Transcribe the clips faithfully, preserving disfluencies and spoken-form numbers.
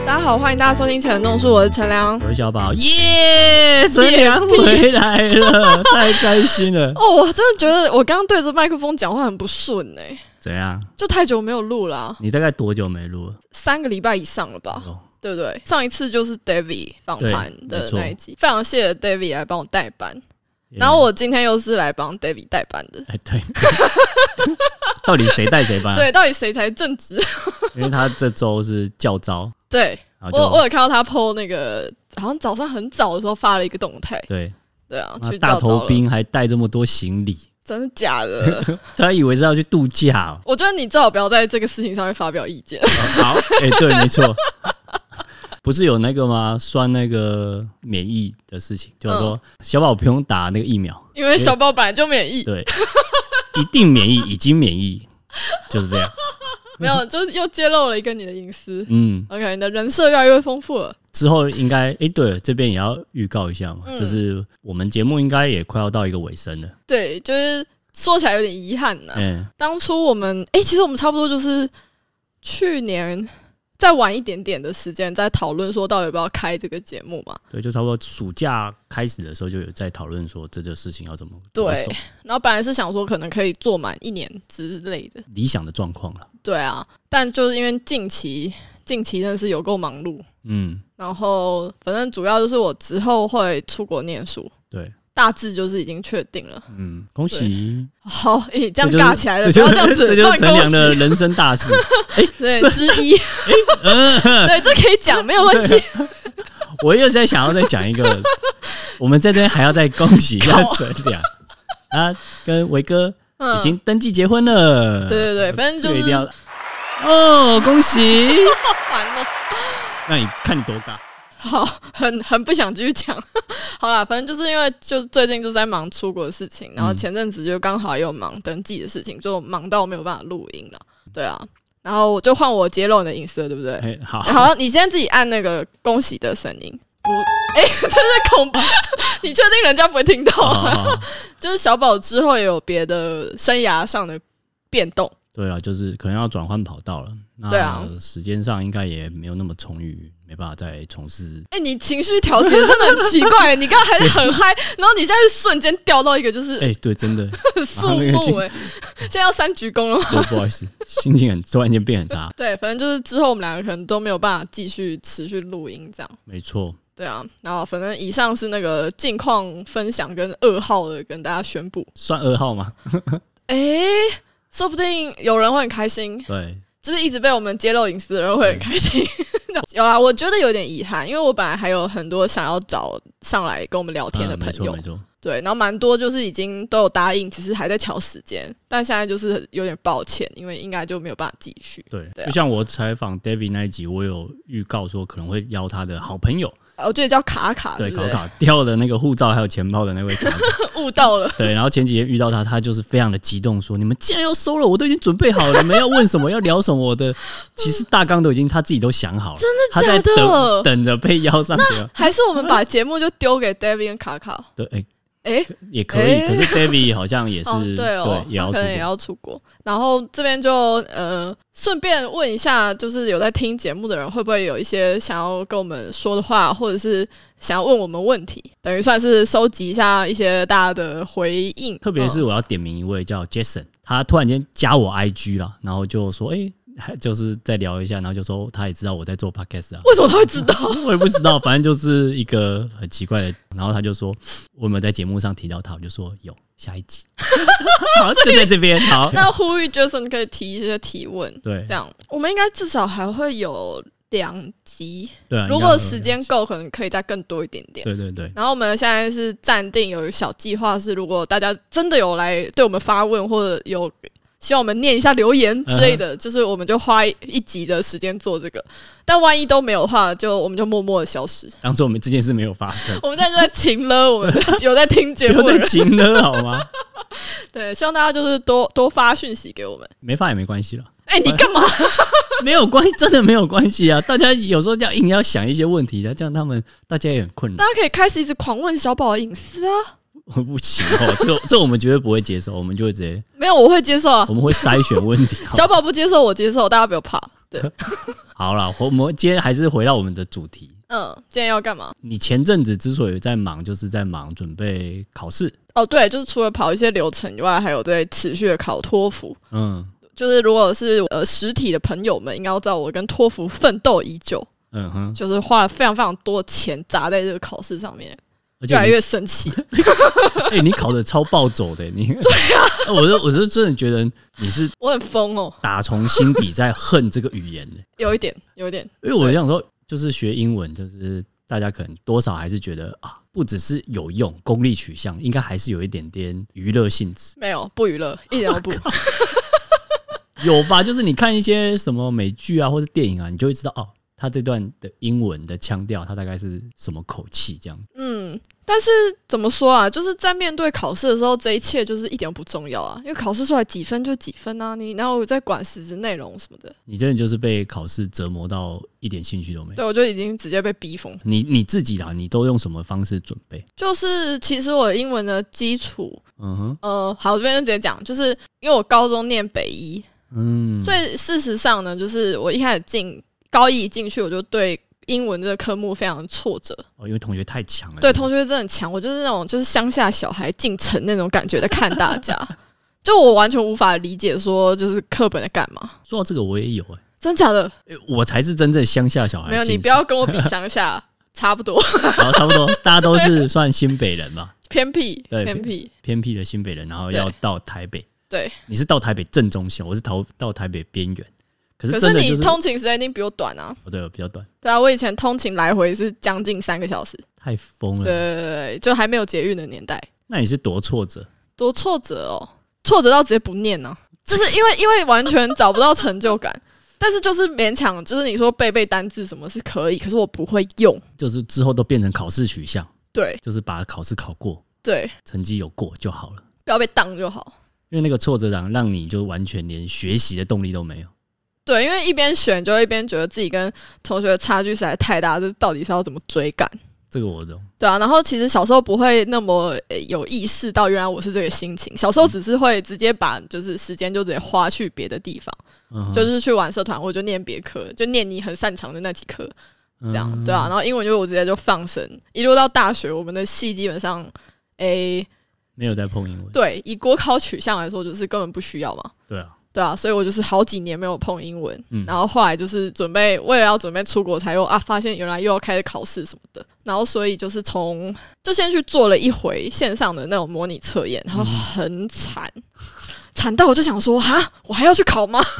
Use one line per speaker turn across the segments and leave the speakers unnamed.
大家好，欢迎大家收听《潜能种树》，我是陈良，
我是小宝，耶！陈良回来了，太开心了。
哦，我真的觉得我刚刚对着麦克风讲话很不顺哎、欸。
怎样？
就太久没有录了、啊。
你大概多久没录了？
三个礼拜以上了吧？哦、对不对？上一次就是 David 访谈的那一集，非常谢谢 David 来帮我代班。然后我今天又是来帮 David 代班的。哎，
对。到底谁带谁班、啊？
对，到底谁才正直？
因为他这周是教招。
对，我我有看到他 po 那个，好像早上很早的时候发了一个动态。
对，
对啊，去
大头兵还带这么多行李，
真的假的？
他以为是要去度假、哦。
我觉得你最好不要在这个事情上面发表意见。
哦、好，哎、欸，对，没错。不是有那个吗？算那个免疫的事情，就是说、嗯、小宝不用打那个疫苗，
因为小宝本来就免疫。
对，一定免疫，已经免疫，就是这样。
没有，就是又揭露了一个你的隐私。
嗯
，OK， 你的人设越来越丰富了。
之后应该，哎、欸，对了，这边也要预告一下嘛、嗯，就是我们节目应该也快要到一个尾声了。
对，就是说起来有点遗憾呐、啊。嗯，当初我们，哎、欸，其实我们差不多就是去年。再晚一点点的时间，在讨论说到底要不要开这个节目嘛？
对，就差不多暑假开始的时候就有在讨论说这个事情要怎么
对。然后本来是想说可能可以做满一年之类的
理想的状况了。
对啊，但就是因为近期近期真的是有够忙碌，嗯，然后反正主要就是我之后会出国念书，
对。
大致就是已经确定了，
嗯，恭喜！
好，哎、欸，这样尬起来了，
这
不要这样子，
这就是陈良的人生大事，哎、欸，
对之一，哎、欸呃，对，这可以讲，没有关系。
我又在想要再讲一个，我们在这边还要再恭喜一下陈良啊，跟维哥已经登记结婚了，
嗯、对对对，反正就是
一定要哦，恭喜！
好烦哦，
那你看你多尬。
好，很很不想继续讲。好啦，反正就是因为就最近就是在忙出国的事情，然后前阵子就刚好也有忙登记的事情，就忙到没有办法录音了。对啊，然后我就换我揭露你的隐私了，对不对？
欸、好，
好，你先自己按那个恭喜的声音。不，哎、欸，这是恐怖。你确定人家不会听到吗？就是小宝之后也有别的生涯上的变动。
对啊，就是可能要转换跑道了。
对啊，
时间上应该也没有那么充裕，没办法再从事。
哎、欸，你情绪调节真的很奇怪，你刚刚还是很嗨，然后你现在是瞬间掉到一个就是，
哎、欸，对，真的
肃穆哎，现在要三鞠躬了吗？
对，不好意思，心情很突然间变很差。
对，反正就是之后我们两个可能都没有办法继续持续录音这样。
没错。
对啊，然后反正以上是那个近况分享跟噩耗的跟大家宣布。
算噩耗吗？
哎、欸，说不定有人会很开心。
对。
就是一直被我们揭露隐私的人会很开心。有啦，我觉得有点遗憾，因为我本来还有很多想要找上来跟我们聊天的朋友，
嗯、没错没错。
对，然后蛮多就是已经都有答应，只是还在瞧时间，但现在就是有点抱歉，因为应该就没有办法继续。
对，对啊、就像我采访 David 那一集，我有预告说可能会邀他的好朋友。
我记得叫卡卡，
对，
对对
卡卡掉了那个护照还有钱包的那位卡卡，
悟到了。
对，然后前几天遇到他，他就是非常的激动，说：“你们既然要收了，我都已经准备好了，你们要问什么，要聊什么，我的其实大纲都已经他自己都想好了，
真的假的？
他在等等着被邀上去。
还是我们把节目就丢给 David 跟卡卡？
对，哎、欸。”
哎、欸，
也可以，欸、可是 David 好像也是、
哦、对哦，
对，也要出国，
可能也要出国。然后这边就呃，顺便问一下，就是有在听节目的人，会不会有一些想要跟我们说的话，或者是想要问我们问题？等于算是收集一下一些大家的回应。
特别是我要点名一位叫 Jason， 他突然间加我 I G 了，然后就说：“哎、欸。”就是再聊一下，然后就说他也知道我在做 podcast 啊。
为什么他会知道？
我也不知道，反正就是一个很奇怪的。然后他就说我有没有在节目上提到他，我就说有，下一集。好，就在这边。好，
那呼吁 Jason 可以提一些提问。
对，
这样我们应该至少还会有两集。
对啊，
如果时间够，可能可以再更多一点点。
对对对。
然后我们现在是暂定有一个小计划，是如果大家真的有来对我们发问，或者有。希望我们念一下留言之类的， uh-huh. 就是我们就花一集的时间做这个，但万一都没有的话，就我们就默默的消失，
当作我们这件事没有发生。
我们现在就在情勒我们有在听节目的人，
有在情勒好吗？
对，希望大家就是多多发讯息给我们，
没发也没关系了。
哎、欸，你干嘛？
没有关系，真的没有关系啊！大家有时候要硬要想一些问题的，这样他们大家也很困难。
大家可以开始一直狂问小宝的隐私啊。
不行哦，这个这个我们绝对不会接受，我们就会直接
没有，我会接受啊，
我们会筛选问题。
小宝不接受，我接受，大家不要怕。对，
好好啦，我们今天还是回到我们的主题。
嗯，今天要干嘛？
你前阵子之所以在忙，就是在忙准备考试。
哦，对，就是除了跑一些流程以外，还有在持续的考托福。嗯，就是如果是呃实体的朋友们，应该要知道我跟托福奋斗已久。嗯哼，就是花了非常非常多的钱砸在这个考试上面。越来越生气，
哎、欸，你考的超暴走的，你对啊，我就我就真的觉得你是
我很疯哦，
打从心底在恨这个语言的，
有一点，有一点，
因为我想说，就是学英文，就是大家可能多少还是觉得啊，不只是有用，功利取向，应该还是有一点点娱乐性质。
没有，不娱乐，一点都不。
有吧？就是你看一些什么美剧啊，或是电影啊，你就会知道哦。他这段的英文的腔调，他大概是什么口气这样？
嗯，但是怎么说啊？就是在面对考试的时候，这一切就是一点都不重要啊，因为考试出来几分就几分啊，你然后在管实质内容什么的。
你真的就是被考试折磨到一点兴趣都没有。
对，我就已经直接被逼疯。
你你自己啦，你都用什么方式准备？
就是其实我英文的基础，嗯哼，呃，好，我这边就直接讲，就是因为我高中念北医，嗯，所以事实上呢，就是我一开始进。高一进去，我就对英文这个科目非常挫折。
哦，因为同学太强了。
对，同学真的很强，我就是那种就是乡下小孩进城那种感觉在看大家，就我完全无法理解说就是课本在干嘛。
说到这个，我也有哎、欸，
真假的？
欸、我才是真正乡下小孩。
没有，你不要跟我比乡下，差不多。
好，差不多，大家都是算新北人嘛，
偏僻，
对，
偏僻，
偏僻的新北人，然后要到台北。
对，
你是到台北正中心，我是到到台北边缘。可是、
就是，可是你通勤时间一定比我短啊！
哦，对，比较短。
对啊，我以前通勤来回是将近三个小时，
太疯了。
对对对，就还没有捷运的年代。
那你是多挫折？
多挫折哦，挫折到直接不念啊！就是因为因为完全找不到成就感，但是就是勉强，就是你说背背单字什么是可以，可是我不会用。
就是之后都变成考试取向，
对，
就是把考试考过，
对，
成绩有过就好了，
不要被当就好。
因为那个挫折感让你就完全连学习的动力都没有。
对，因为一边选就一边觉得自己跟同学的差距实在太大，这到底是要怎么追赶？
这个我懂。对
啊，然后其实小时候不会那么有意识到，原来我是这个心情。小时候只是会直接把就是时间就直接花去别的地方，嗯、就是去玩社团，我就念别科，就念你很擅长的那几科，这样、嗯、对啊。然后英文就我直接就放生，一路到大学，我们的系基本上诶
没有在碰英文。
对，以国考取向来说，就是根本不需要嘛。
对啊。
对啊，所以我就是好几年没有碰英文，嗯、然后后来就是准备为了要准备出国，才又啊发现原来又要开始考试什么的，然后所以就是从就先去做了一回线上的那种模拟测验，然后很惨，惨、嗯、到我就想说哈，我还要去考吗？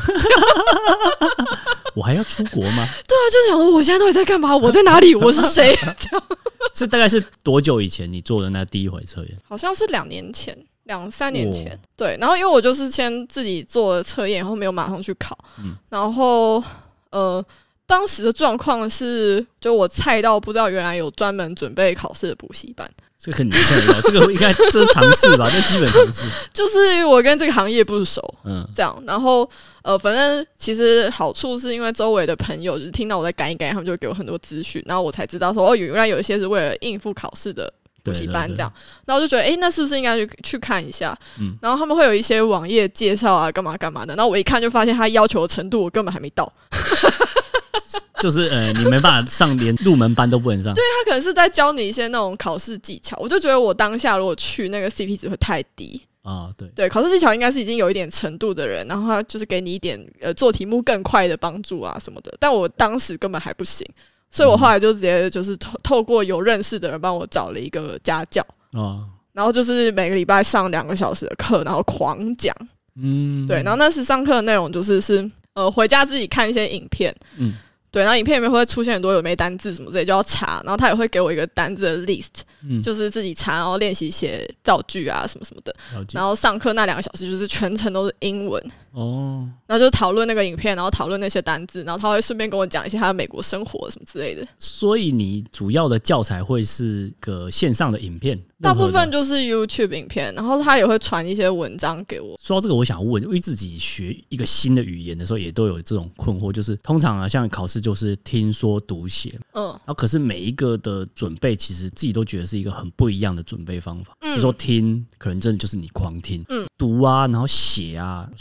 我还要出国吗？
对啊，就是想说我现在到底在干嘛？我在哪里？我是谁？这样
是大概是多久以前你做的那第一回测验？
好像是两年前。两三年前、哦，对，然后因为我就是先自己做了测验，然后没有马上去考，嗯、然后呃，当时的状况是，就我菜到不知道原来有专门准备考试的补习班，
这个很年轻人，这个应该这是常识吧？这基本常识。
就是我跟这个行业不熟，嗯，这样，然后呃，反正其实好处是因为周围的朋友就是听到我在赶一赶，他们就给我很多资讯，然后我才知道说哦，原来有一些是为了应付考试的。补习班这样，然后我就觉得，哎、欸，那是不是应该去去看一下？嗯，然后他们会有一些网页介绍啊，干嘛干嘛的。然后我一看就发现他要求的程度，我根本还没到。
就是呃，你没办法上，连入门班都不能上。
对，他可能是在教你一些那种考试技巧。我就觉得我当下如果去，那个 C P 值会太低。
啊，对
对，考试技巧应该是已经有一点程度的人，然后他就是给你一点呃做题目更快的帮助啊什么的。但我当时根本还不行。所以我后来就直接就是透透过有认识的人帮我找了一个家教，哦、然后就是每个礼拜上两个小时的课，然后狂讲，嗯，对，然后那时上课的内容就是是呃回家自己看一些影片，嗯，对，然后影片里面会出现很多有没单字什么之类就要查，然后他也会给我一个单字的 list，嗯、就是自己查，然后练习写造句啊什么什么的，然后上课那两个小时就是全程都是英文。哦，然后就讨论那个影片，然后讨论那些单字，然后他会顺便跟我讲一些他的美国生活什么之类的。
所以你主要的教材会是个线上的影片，
大部分就是 YouTube 影片，然后他也会传一些文章给我。
说到这个，我想问，因为自己学一个新的语言的时候，也都有这种困惑，就是通常啊，像考试就是听说读写，嗯，然后可是每一个的准备，其实自己都觉得是一个很不一样的准备方法。嗯，比如说听，可能真的就是你狂听，嗯，读啊，然后写啊，说啊。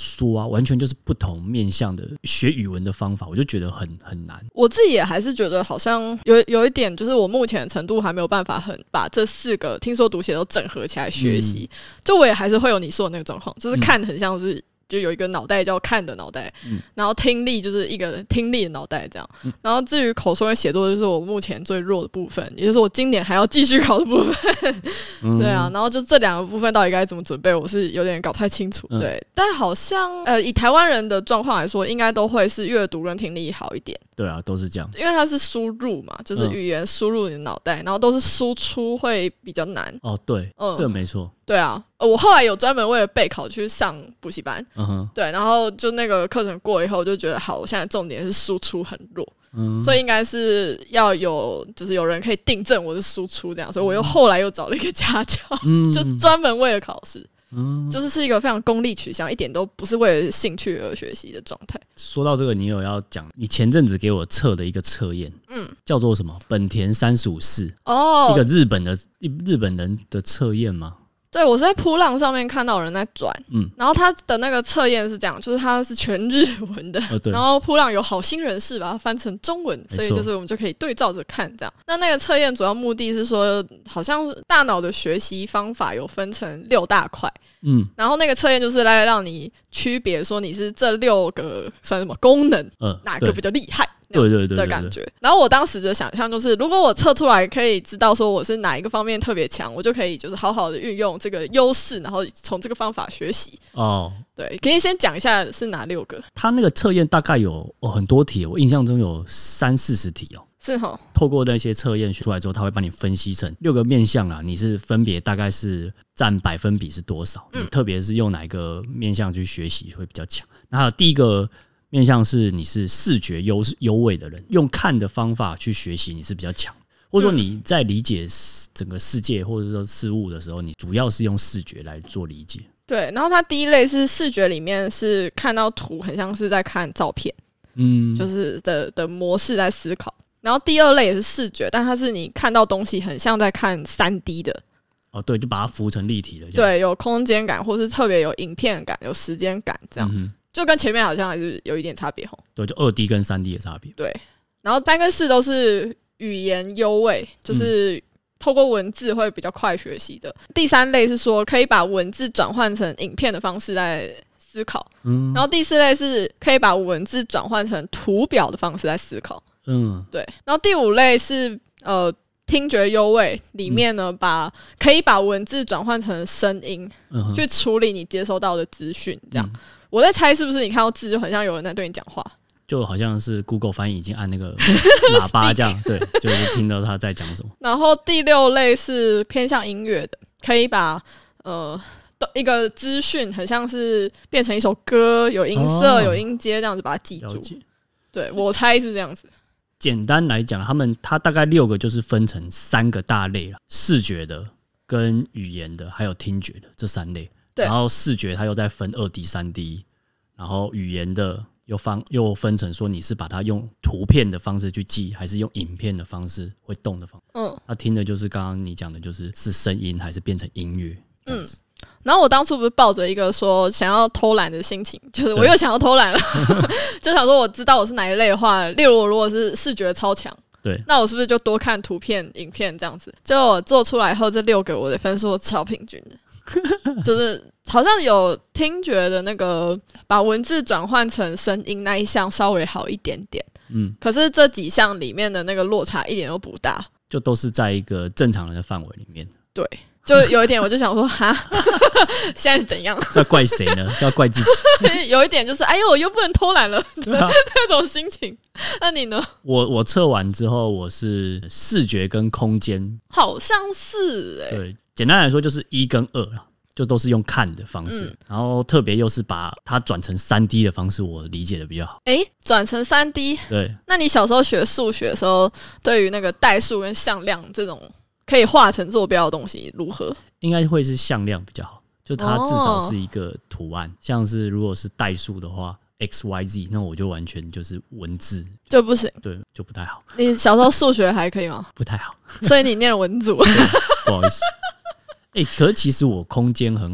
啊，完全就是不同面向的学语文的方法，我就觉得很很难。
我自己也还是觉得好像有有一点，就是我目前的程度还没有办法很把这四个听说读写都整合起来学习、嗯。就我也还是会有你说的那个状况，就是看很像是。就有一个脑袋叫看的脑袋、嗯，然后听力就是一个听力的脑袋这样、嗯。然后至于口说跟写作，就是我目前最弱的部分，也就是我今年还要继续考的部分。嗯、对啊，然后就这两个部分到底该怎么准备，我是有点搞不太清楚。对，嗯、但好像呃，以台湾人的状况来说，应该都会是阅读跟听力好一点。
对啊，都是这样，
因为它是输入嘛，就是语言输入你的脑袋、嗯，然后都是输出会比较难。
哦，对，嗯，这个没错。
对啊，我后来有专门为了备考去上补习班，嗯哼，对，然后就那个课程过以后，就觉得好，我现在重点是输出很弱，嗯，所以应该是要有，就是有人可以订正我的输出这样，所以我又后来又找了一个家教，嗯、就专门为了考试。嗯，就是是一个非常功利取向，一点都不是为了兴趣而学习的状态。
说到这个，你有要讲你前阵子给我测的一个测验，嗯，叫做什么？本田三十五式哦，一个日本的日本人的测验吗？
对，我是在噗浪上面看到有人在转，嗯，然后他的那个测验是这样，就是他是全日文的，哦、然后噗浪有好心人士把它翻成中文，所以就是我们就可以对照着看这样。那那个测验主要目的是说，好像大脑的学习方法有分成六大块。嗯，然后那个测验就是来让你区别说你是这六个算什么功能，呃、哪个比较厉害，对对对的感觉。然后我当时的想象就是，如果我测出来可以知道说我是哪一个方面特别强，我就可以就是好好的运用这个优势，然后从这个方法学习。哦，对，可以先讲一下是哪六个？
他那个测验大概有、哦、很多题，我印象中有三四十题哦。
是齁，
透过那些测验出来之后，他会帮你分析成六个面向啦，你是分别大概是占百分比是多少？嗯、你特别是用哪一个面向去学习会比较强？然后第一个面向是你是视觉优优位的人，用看的方法去学习你是比较强，或者说你在理解整个世界或者说事物的时候，你主要是用视觉来做理解。
对，然后它第一类是视觉里面是看到图，很像是在看照片，嗯，就是的的模式在思考。然后第二类也是视觉，但它是你看到东西很像在看 三 D 的。
哦，对，就把它浮成立体的。
对，有空间感，或是特别有影片感、有时间感，这样、嗯、就跟前面好像还是有一点差别吼。
对，就 二 D 跟 三 D 的差别。
对，然后三跟四都是语言优位，就是透过文字会比较快学习的。嗯、第三类是说可以把文字转换成影片的方式来思考，嗯，然后第四类是可以把文字转换成图表的方式来思考。嗯，对，然后第五类是呃听觉优位里面呢，嗯、把可以把文字转换成声音，嗯，去处理你接收到的资讯。这样、嗯，我在猜是不是你看到字就很像有人在对你讲话，
就好像是 Google 翻译已经按那个喇叭这样，对，就是听到他在讲什么。
然后第六类是偏向音乐的，可以把呃一个资讯很像是变成一首歌，有音色、哦、有音阶这样子把它记住。对，我猜是这样子。
简单来讲，他们它大概六个就是分成三个大类了，视觉的、跟语言的，还有听觉的这三类。对，然后视觉它又再分二 D、三 D， 然后语言的又分又分成说你是把它用图片的方式去记，还是用影片的方式会动的方式。嗯，那听的就是刚刚你讲的，就是是声音还是变成音乐这样子。嗯，
然后我当初不是抱着一个说想要偷懒的心情，就是我又想要偷懒了，就想说我知道我是哪一类的话，例如我如果是视觉超强，对，那我是不是就多看图片、影片这样子？结果我做出来后，这六个我的分数超平均的，就是好像有听觉的那个把文字转换成声音那一项稍微好一点点，嗯，可是这几项里面的那个落差一点都不大，
就都是在一个正常人的范围里面。
对。就有一点，我就想说，哈，现在是怎样？
要怪谁呢？要怪自己。
有一点就是，哎呦，我又不能偷懒了，对啊、那种心情。那你呢？
我我测完之后，我是视觉跟空间，
好像是哎、欸。
对，简单来说就是一跟二啦，就都是用看的方式，嗯、然后特别又是把它转成 三 D 的方式，我理解的比较好。
哎、欸，转成 三 D，
对。
那你小时候学数学的时候，对于那个代数跟向量这种可以画成坐标的东西如何？
应该会是向量比较好，就它至少是一个图案。哦、像是如果是代数的话 ，x y z， 那我就完全就是文字
就不行，
对，就不太好。
你小时候数学还可以吗？
不太好，
所以你念文组。
不好意思。哎、欸，可是其实我空间很好、欸，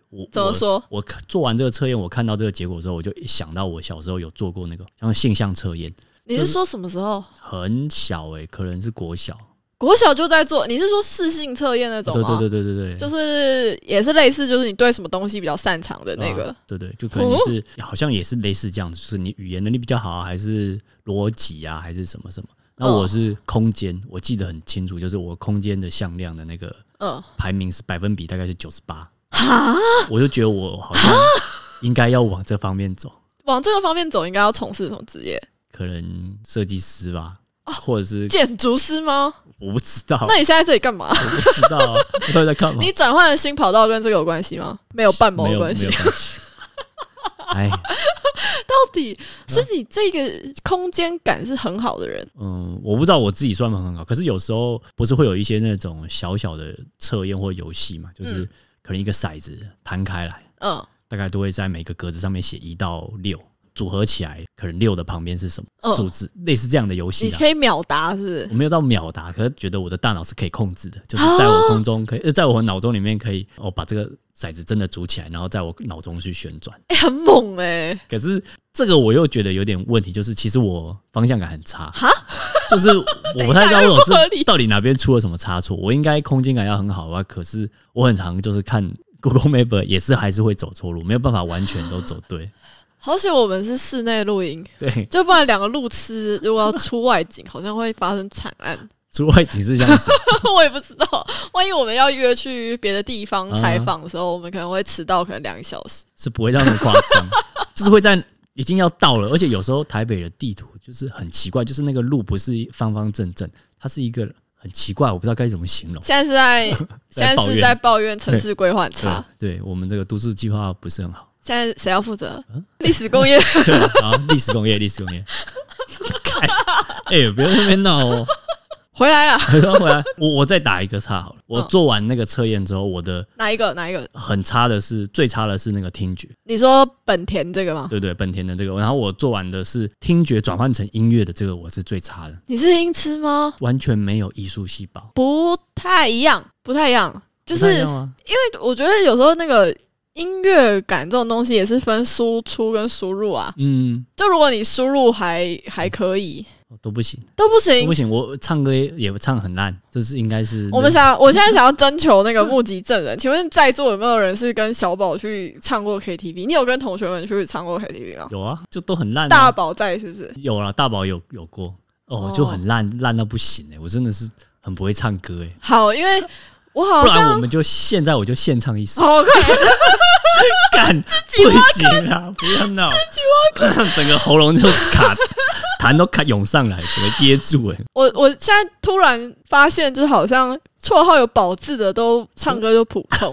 我
怎么说？
我, 我做完这个测验，我看到这个结果之后，我就想到我小时候有做过那个像性向测验。
你是说什么时候？
很小哎、欸，可能是国小。
国小就在做，你是说适性测验那种吗？
对对对对对对，
就是也是类似，就是你对什么东西比较擅长的那个。
啊、对对，就可能你是、哦、好像也是类似这样子，就是你语言能力比较好、啊，还是逻辑啊，还是什么什么。那我是空间、哦，我记得很清楚，就是我空间的向量的那个排名是百分比大概是九十八。哈，我就觉得我好像应该要往这方面走。
往这个方面走，应该要从事什么职业？
可能设计师吧。或者是
建筑师吗？
我不知道。
那你现在这里干嘛？
我不知道、啊，我到底在干嘛？
你转换的新跑道跟这个有关系吗？没有半毛关系。
没有关系。哎，
到底所以你这个空间感是很好的人。
嗯，我不知道我自己算不算很好，可是有时候不是会有一些那种小小的测验或游戏嘛，就是可能一个骰子摊开来，嗯，大概都会在每个格子上面写一到六。组合起来，可能六的旁边是什么数字、哦？类似这样的游戏，
你可以秒答，是不是？
我没有到秒答，可是觉得我的大脑是可以控制的，就是在我空中可以，啊、在我脑中里面可以，哦，把这个骰子真的组起来，然后在我脑中去旋转。
哎、欸，很猛哎、欸！
可是这个我又觉得有点问题，就是其实我方向感很差，哈，就是我不太知道我这到底哪边出了什么差错。我应该空间感要很好啊，可是我很常就是看 Google Map 也是还是会走错路，没有办法完全都走对。
好险我们是室内露营，
对，
就不然两个路痴如果要出外景，好像会发生惨案。
出外景是这样子，
我也不知道。万一我们要约去别的地方采访的时候、啊，我们可能会迟到，可能两个小时。
是不会到那么夸张，就是会在已经要到了，而且有时候台北的地图就是很奇怪，就是那个路不是方方正正，它是一个很奇怪，我不知道该怎么形容。
现在是在现在是在抱怨城市规划很差，
对，对我们这个都市计划不是很好。
现在谁要负责？历、嗯、史工业
对啊，历史工业，历史工业。哎、欸，不要在那边闹哦！
回来了，
回来。我我再打一个岔好了。我做完那个测验之后，我的
哪一个哪一个
很差的是最差的是那个听觉。
你说本田这个吗？
对对，本田的这个。然后我做完的是听觉转换成音乐的这个，我是最差的。
你是音痴吗？
完全没有艺术细胞，
不太一样，不太一样。就是因为我觉得有时候那个。音乐感这种东西也是分输出跟输入啊，嗯，就如果你输入还还可以，
都不行，
都不行，
都不行。我唱歌也唱很烂，这是应该是。
我们想，我现在想要征求那个目击证人，请问在座有没有人是跟小宝去唱过 K T V？ 你有跟同学们去唱过 K T V 吗？
有啊，就都很烂、啊。
大宝在是不是？
有啦，大宝有有过，哦，就很烂，烂到不行哎、欸！我真的是很不会唱歌哎、欸。
好，因为我好像，
不然我们就现在我就现唱一首。
好看。
干不行啦！不要闹，整个喉咙就卡，痰都卡涌上来，整个噎住哎、欸！
我我现在突然发现，就是好像绰号有宝字的都唱歌就普通。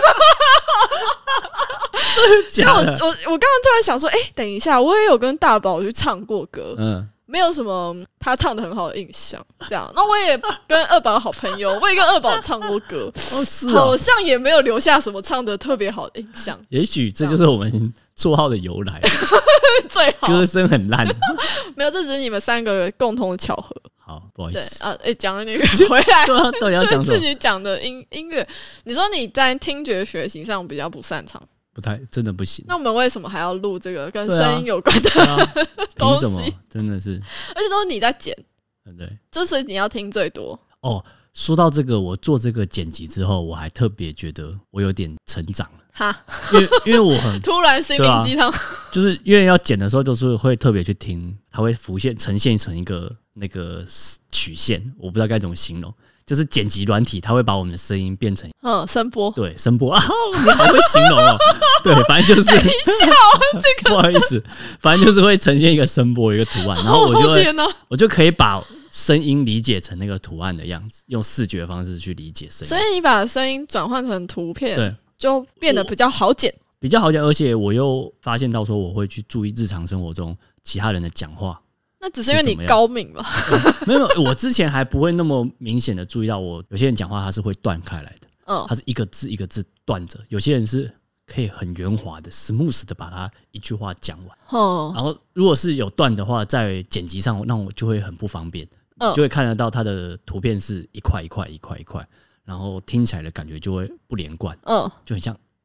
真的假的？
我我我刚刚突然想说，哎、欸，等一下，我也有跟大宝去唱过歌，嗯。没有什么他唱的很好的印象，这样。那我也跟二宝好朋友，我也跟二宝唱过歌，
哦是哦，
好像也没有留下什么唱的特别好的印象。
也许这就是我们绰号的由来，
最好
歌声很烂。
没有，这只是你们三个共同的巧合。
好，不好意思
啊，哎、欸，讲了那个回来，
对啊，到底要讲什么？
自己讲的音音乐，你说你在听觉学习上比较不擅长。
不太真的不行，
那我们为什么还要录这个跟声音有关的、
啊啊、
东西？
什么真的是，
而且都是你在剪，
对，
就是你要听最多
哦。说到这个，我做这个剪辑之后，我还特别觉得我有点成长了哈，因为因为我很
突然心灵鸡汤、啊，
就是因为要剪的时候，就是会特别去听，它会浮现呈现成一个那个曲线，我不知道该怎么形容。就是剪辑软体，它会把我们的声音变成
嗯声波，
对声波啊，你好会形容哦。对，反正就是
你笑这个
不好意思，反正就是会呈现一个声波一个图案，然后我就会、哦、我就可以把声音理解成那个图案的样子，用视觉方式去理解声音。
所以你把声音转换成图片，对，就变得比较好剪，
比较好剪。而且我又发现到说，我会去注意日常生活中其他人的讲话。
那只是因为你高明吧、
嗯？没有，我之前还不会那么明显的注意到，我有些人讲话他是会断开来的，嗯，他是一个字一个字断着；有些人是可以很圆滑的、smooth 的把它一句话讲完。哦，然后如果是有断的话，在剪辑上让我就会很不方便，嗯，就会看得到它的图片是一块一块一块一块，然后听起来的感觉就会不连贯，嗯，就很像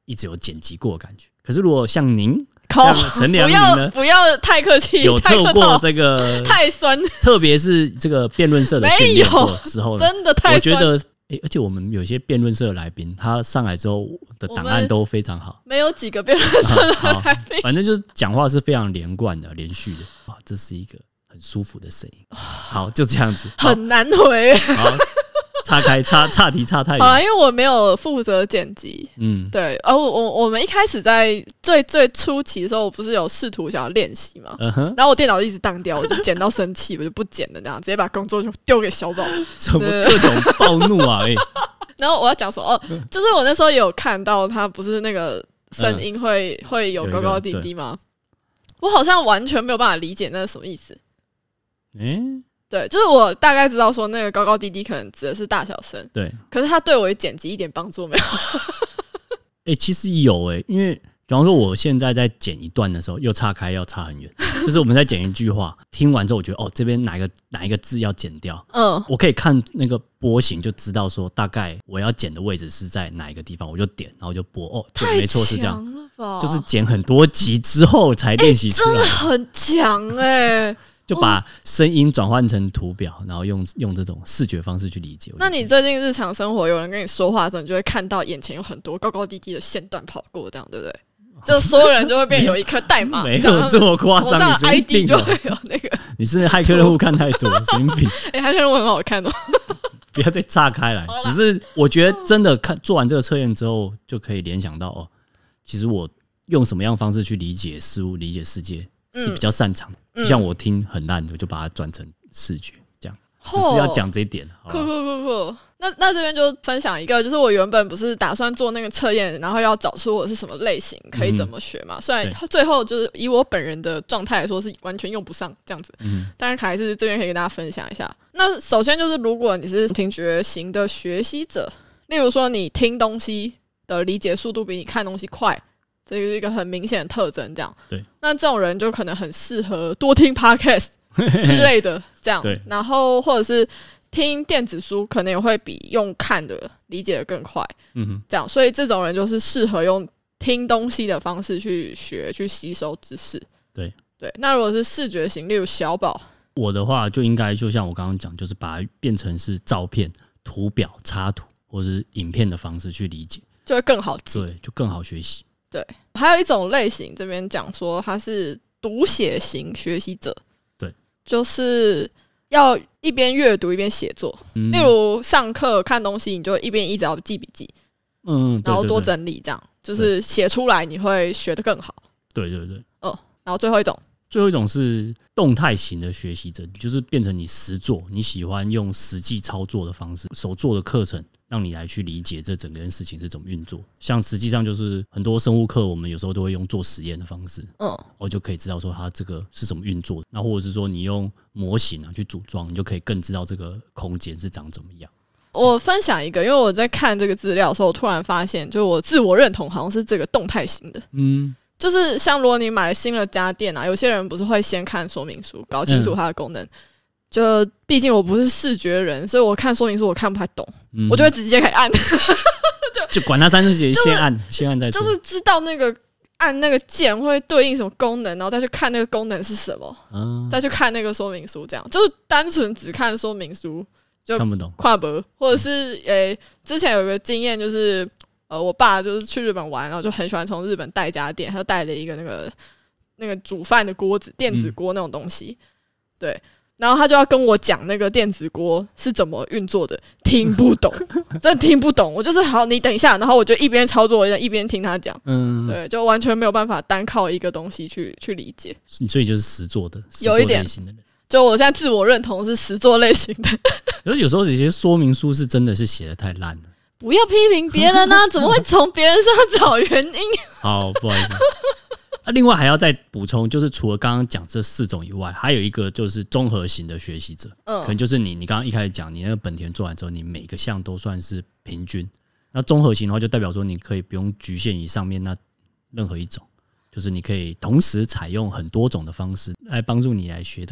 一直有剪辑过的感觉。可是如果像您，像陈良您呢，
不要太客气，
有透过这个
太酸，
特别是这个辩论社的训练过之后呢，
真的太酸。
我觉得。欸、而且我们有些辩论社的来宾，他上来之后的档案都非常好，
没有几个辩论社的来宾、
啊，反正就是讲话是非常连贯的、连续的，哇，这是一个很舒服的声音。好，就这样子，
很难回。
好，岔开岔岔题岔太远。
好啦，因为我没有负责剪辑，嗯，对，而我我我们一开始在最最初期的时候，我不是有试图想要练习嘛，嗯哼，然后我电脑一直当掉，我就剪到生气，我就不剪了，这样直接把工作就丢给小宝，
怎么各种暴怒啊？哎、欸，
然后我要讲说，哦，就是我那时候有看到他不是那个声音会、嗯、会有高高低低吗？我好像完全没有办法理解那是什么意思。哎、欸。对，就是我大概知道说那个高高低低可能指的是大小声，对。可是它对我的剪辑一点帮助没有。
哎、欸，其实有哎、欸，因为比方说我现在在剪一段的时候，又岔开要差很远，就是我们在剪一句话，听完之后我觉得哦，这边哪一个哪一个字要剪掉，嗯，我可以看那个波形就知道说大概我要剪的位置是在哪一个地方，我就点，然后就播。哦，对，没错是这样，就是剪很多集之后才练习出来、欸，
真的很强哎、欸。
就把声音转换成图表，然后用用这种视觉方式去理解。
那你最近日常生活有人跟你说话的时候，你就会看到眼前有很多高高低低的线段跑过，这样对不对？就所有人就会变有一颗代码，
没有这么夸张。你神经病、喔、
I D 就会有那个。
你是骇客任务看太多，神经病。
哎、欸，骇客任务很好看哦。
不要再炸开来，只是我觉得真的看做完这个测验之后，就可以联想到哦，其实我用什么样的方式去理解事物、理解世界。是比较擅长的、嗯，就像我听很烂，我就把它转成视觉，这样，只是要讲这一点。
酷酷酷酷！那那这边就分享一个，就是我原本不是打算做那个测验，然后要找出我是什么类型，可以怎么学嘛。嗯、虽然最后就是以我本人的状态来说是完全用不上这样子，嗯，但是还是这边可以跟大家分享一下。那首先就是如果你是听觉型的学习者，例如说你听东西的理解速度比你看东西快。这是一个很明显的特征，这样。对，那这种人就可能很适合多听 podcast 之类的，这样。对，然后或者是听电子书，可能也会比用看的理解的更快。嗯哼，这样，所以这种人就是适合用听东西的方式去学、去吸收知识。对对，那如果是视觉型，例如小宝，
我的话就应该就像我刚刚讲，就是把它变成是照片、图表、插图或者是影片的方式去理解，
就会更好记，
对，就更好学习。
对，还有一种类型，这边讲说他是读写型学习者，对，就是要一边阅读一边写作、嗯。例如上课看东西，你就一边一直要记笔记，嗯，然后多整理，这样就是写出来你会学得更好。对对对，嗯，然后最后一种，
最后一种是动态型的学习者，就是变成你实作，你喜欢用实际操作的方式，手做的课程。让你来去理解这整件事情是怎么运作，像实际上就是很多生物课，我们有时候都会用做实验的方式，嗯，我就可以知道说它这个是怎么运作的。那或者是说你用模型啊去组装，你就可以更知道这个空间是长怎么样。
我分享一个，因为我在看这个资料的时候，我突然发现，就是我自我认同好像是这个动态型的，嗯，就是像如果你买了新的家电啊，有些人不是会先看说明书，搞清楚它的功能。嗯，就毕竟我不是视觉人，所以我看说明书我看不太懂，嗯、我就会直接开始按，
就, 就管它三十节，先按，先按再说。
就是知道那个按那个键会对应什么功能，然后再去看那个功能是什么，嗯、再去看那个说明书，这样就是单纯只看说明书就
看不懂，
跨博或者是诶、欸，之前有个经验就是呃，我爸就是去日本玩，然后就很喜欢从日本带家电，他就带了一个那个那个煮饭的锅子，电子锅那种东西，嗯、对。然后他就要跟我讲那个电子锅是怎么运作的，听不懂，真的听不懂。我就是好，你等一下，然后我就一边操作一边听他讲，嗯，对，就完全没有办法单靠一个东西去去理解。
所以就是实作的，实
作类型的人。就我现在自我认同是实作类型的。
可是有时候有些说明书是真的是写的太烂了。
不要批评别人啊，怎么会从别人身上找原因？
好，不好意思。啊、另外还要再补充，就是除了刚刚讲这四种以外，还有一个就是综合型的学习者，嗯，可能就是你，你刚刚一开始讲，你那个本田做完之后，你每个项都算是平均。那综合型的话，就代表说你可以不用局限于上面那任何一种，就是你可以同时采用很多种的方式来帮助你来学得更好。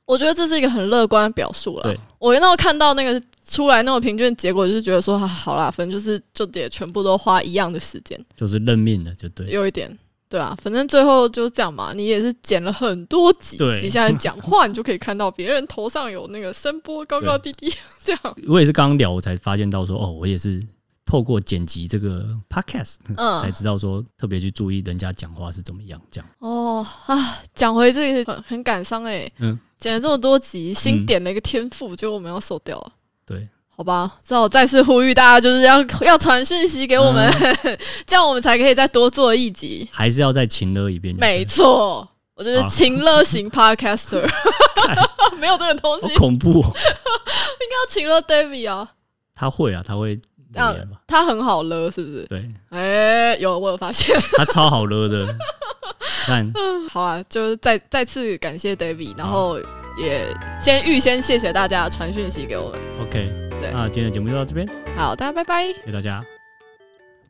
我觉得这是一个很乐观的表述啦。对，我那时候看到那个出来那么平均的结果，就是觉得说、啊、好啦，反正就是就也全部都花一样的时间，
就是认命了，就对，
有一点。对啊，反正最后就这样嘛。你也是剪了很多集，对，你现在讲话，你就可以看到别人头上有那个声波高高低低，这样。
我也是刚刚聊，我才发现到说，哦，我也是透过剪辑这个 podcast，、嗯、才知道说特别去注意人家讲话是怎么样，这样。
哦啊，讲回这个很很感伤哎，嗯，剪了这么多集，新点了一个天赋，结果我们要收掉了。
对。
好吧，只好再次呼吁大家，就是要要传讯息给我们、嗯，这样我们才可以再多做一集。
还是要再情勒一遍。
没错，我就是情勒型 podcaster， 没有这个东西，
好恐怖哦！应
该要情勒 David 啊，
他会啊，他会留言吧？
他很好勒，是不是？
对，
哎、欸，有我有发现，
他超好勒的。但
好啊，就再再次感谢 David， 然后也先预先谢谢大家传讯息给我们。
OK。那今天的节目就到这边，
好，大家拜拜，
谢谢大家。